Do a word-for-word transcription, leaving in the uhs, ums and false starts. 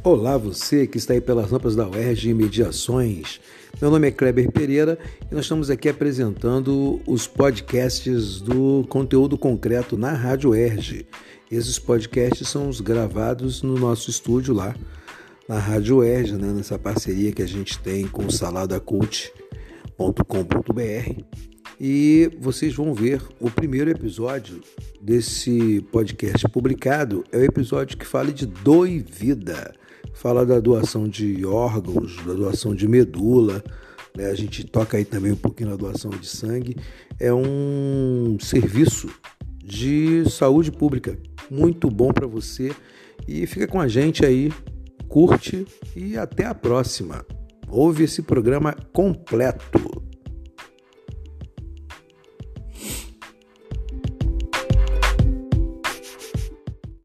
Olá, você que está aí pelas rampas da U E R J e Mediações. Meu nome é Kleber Pereira e nós estamos aqui apresentando os podcasts do Conteúdo Concreto na Rádio U E R J. Esses podcasts são os gravados no nosso estúdio lá na Rádio U E R J, né, nessa parceria que a gente tem com o salada cult ponto com ponto b r. E vocês vão ver o primeiro episódio desse podcast publicado, é o episódio que fala de Doe Vida. Fala da doação de órgãos, da doação de medula, né? A gente toca aí também um pouquinho na doação de sangue. É um serviço de saúde pública muito bom para você. E fica com a gente aí, curte e até a próxima. Ouve esse programa completo.